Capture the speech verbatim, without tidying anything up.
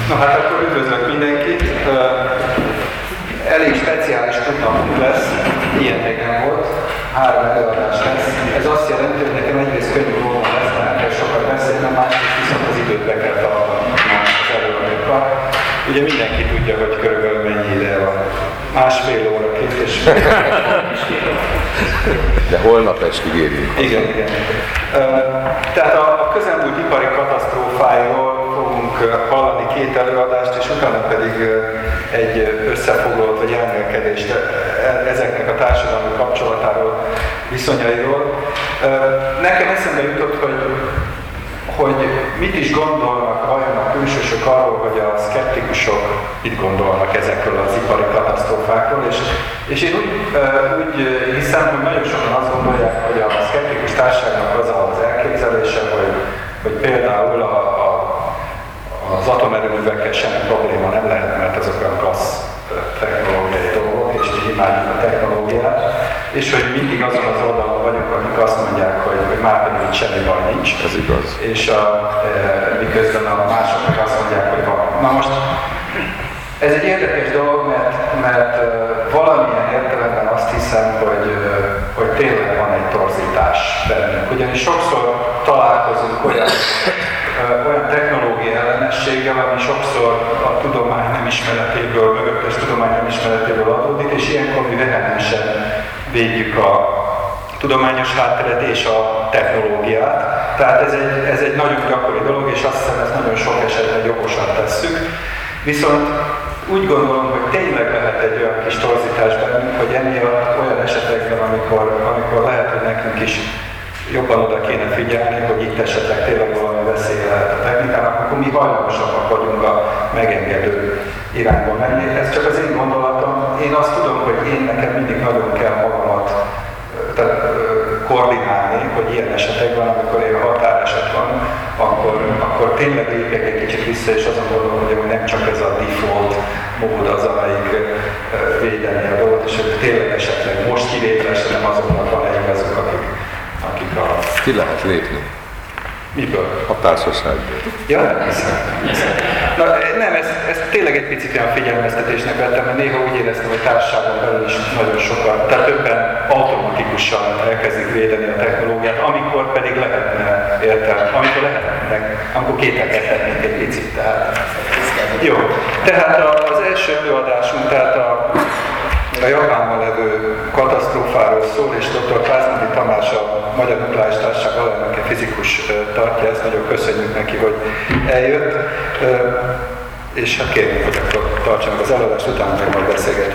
Na hát akkor üdvözlök mindenkit. Elég speciális tudnapunk lesz, ilyen még nem volt. Három előadás lesz. Ez azt jelenti, hogy nekem egyrészt könnyű dolgom lesz, mert nem kell sokat beszélnem, másrészt viszont az időt be kell tartani az előadókkal. Ugye mindenki tudja, hogy körülbelül mennyi ideje van. Másfél óra, két és De holnap estig érjük. Igen, igen. Tehát a közelmúlt ipari katasztrófáiról fogunk hallani két előadást, és utána pedig egy összefoglalót vagy elmélkedést ezeknek a társadalmi kapcsolatáról, viszonyairól. Nekem eszembe jutott, hogy hogy mit is gondolnak vajon a külsősök arról, hogy a szkeptikusok mit gondolnak ezekről az ipari katasztrófákról, és, és én úgy, úgy hiszem, hogy nagyon sokan azt gondolják, hogy a szkeptikus társaságnak az az elképzelése, hogy, hogy például a, a, az atomerőművekkel semmi probléma nem lehet, mert azok olyan klassz technológiai dolgok, és mi imádjuk a technológiát, és hogy mindig azon az oldalon vagyunk, akik azt mondják, hogy, hogy már pedig itt semmi baj nincs. Ez igaz. És a, e, miközben a másoknak azt mondják, hogy van. Na most, ez egy érdekes dolog, mert, mert e, valamilyen értelemben azt hiszem, hogy, e, hogy tényleg van egy torzítás bennünk. Ugyanis sokszor találkozunk olyan, e, olyan technológiai ellenességgel, ami sokszor a tudomány nem ismeretéből, mögöttes tudomány nem ismeretéből adódik, és ilyenkor mi vehemensen védjük a tudományos hátteret és a technológiát. Tehát ez egy, ez egy nagyon gyakori dolog, és azt hiszem, ezt nagyon sok esetben jogosan tesszük. Viszont úgy gondolom, hogy tényleg lehet egy olyan kis torzítás bennünk, hogy emiatt olyan esetekben, amikor, amikor lehet, hogy nekünk is jobban oda kéne figyelni, hogy itt esetleg tényleg valami veszély lehet a technikának, akkor mi hajlamosabbak vagyunk a megengedő irányba menni. Ez csak az én gondolatom. Én azt tudom, hogy én nekem mindig nagyon kell magamat tehát, koordinálni, hogy ilyen esetekben, amikor ilyen határeset van, akkor, akkor tényleg lépjek egy kicsit vissza, és azon gondolom, hogy nem csak ez a default mód az, amelyik védeni a dolgot, és hogy tényleg esetleg most kivételesen nem azoknak van egy azok, akik, akik a... Ki lehet lépni? Miből? A társaságból. Ja, nem hiszem. Na, nem, ezt, ezt tényleg egy picit olyan figyelmeztetésnek vettem, mert néha úgy éreztem, hogy társaságon belül is nagyon sokan, tehát többen automatikusan elkezdik védeni a technológiát, amikor pedig lehetne értelme, amikor lehetne, amikor kételkedhetnénk egy picit. Tehát. Jó, tehát az első előadásunk, tehát a a Japánban levő katasztrófáról szól, és doktor Pázmány Tamás, a Magyar Nukleáris Társaság alelnöke, fizikus tartja ezt, nagyon köszönjük neki, hogy eljött, és hát kérjük, hogy akkor tartsa meg az előadást, utána meg majd beszélgetünk.